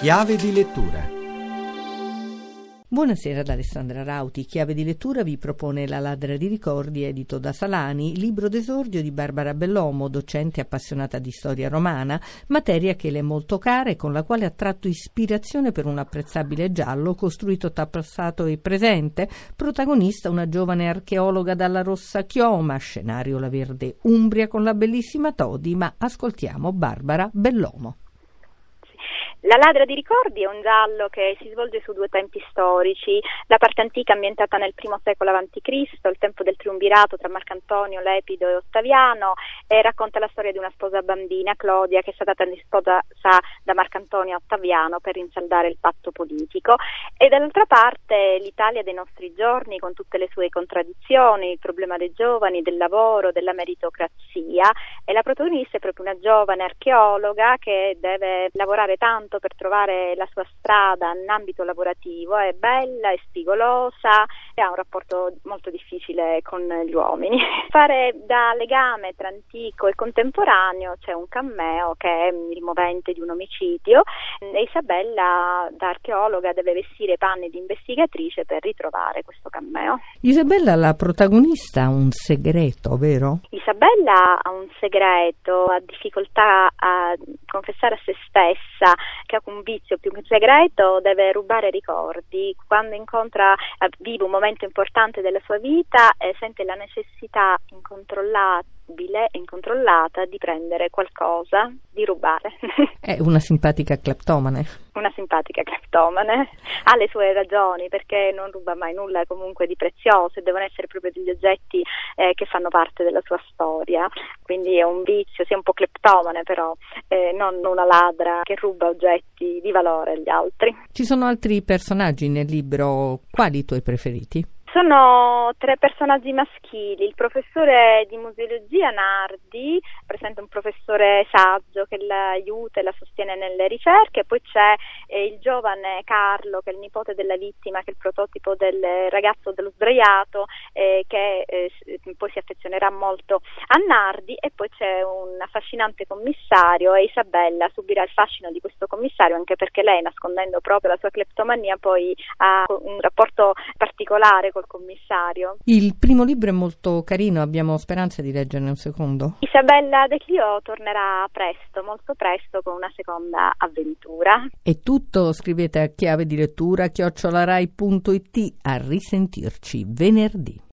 Chiave di lettura. Buonasera ad Alessandra Rauti. Chiave di lettura vi propone La ladra di ricordi, edito da Salani, libro d'esordio di Barbara Bellomo, docente appassionata di storia romana, materia che le è molto cara e con la quale ha tratto ispirazione per un apprezzabile giallo costruito tra passato e presente, protagonista una giovane archeologa dalla Rossa Chioma, scenario la verde Umbria con la bellissima Todi, ma ascoltiamo Barbara Bellomo. La ladra di ricordi è un giallo che si svolge su due tempi storici, la parte antica ambientata nel I secolo a.C., il tempo del triumvirato tra Marcantonio, Lepido e Ottaviano, e racconta la storia di una sposa bambina, Clodia, che è stata sposata da Marcantonio a Ottaviano per rinsaldare il patto politico, e dall'altra parte l'Italia dei nostri giorni con tutte le sue contraddizioni, il problema dei giovani, del lavoro, della meritocrazia, e la protagonista è proprio una giovane archeologa che deve lavorare tanto per trovare la sua strada in ambito lavorativo. È bella, è spigolosa e ha un rapporto molto difficile con gli uomini. Fare da legame tra antico e contemporaneo c'è un cameo che è il movente di un omicidio e Isabella da archeologa deve vestire i panni di investigatrice per ritrovare questo cameo. Isabella, la protagonista, ha un segreto, vero? Isabella ha un segreto, ha difficoltà a confessare a se stessa che ha un vizio più che un segreto, deve rubare ricordi. Quando vive un momento importante della sua vita sente la necessità incontrollata di prendere qualcosa, di rubare. È una simpatica cleptomane. Una simpatica cleptomane. Ha le sue ragioni perché non ruba mai nulla comunque di prezioso e devono essere proprio degli oggetti che fanno parte della sua storia. Quindi è un vizio, sia un po' cleptomane però, non una ladra che ruba oggetti di valore agli altri. Ci sono altri personaggi nel libro, quali i tuoi preferiti? Sono tre personaggi maschili: il professore di museologia Nardi, presenta un professore saggio che l'aiuta e la sostiene nelle ricerche, poi c'è il giovane Carlo che è il nipote della vittima, che è il prototipo del ragazzo dello sdraiato, che poi si affezionerà molto a Nardi, e poi c'è un affascinante commissario e Isabella subirà il fascino di questo commissario, anche perché lei, nascondendo proprio la sua cleptomania, poi ha un rapporto particolare col commissario. Il primo libro è molto carino, abbiamo speranza di leggerne un secondo? Isabella De Clio tornerà presto, molto presto, con una seconda avventura. È tutto, scrivete a chiave di lettura @rai.it. A risentirci venerdì.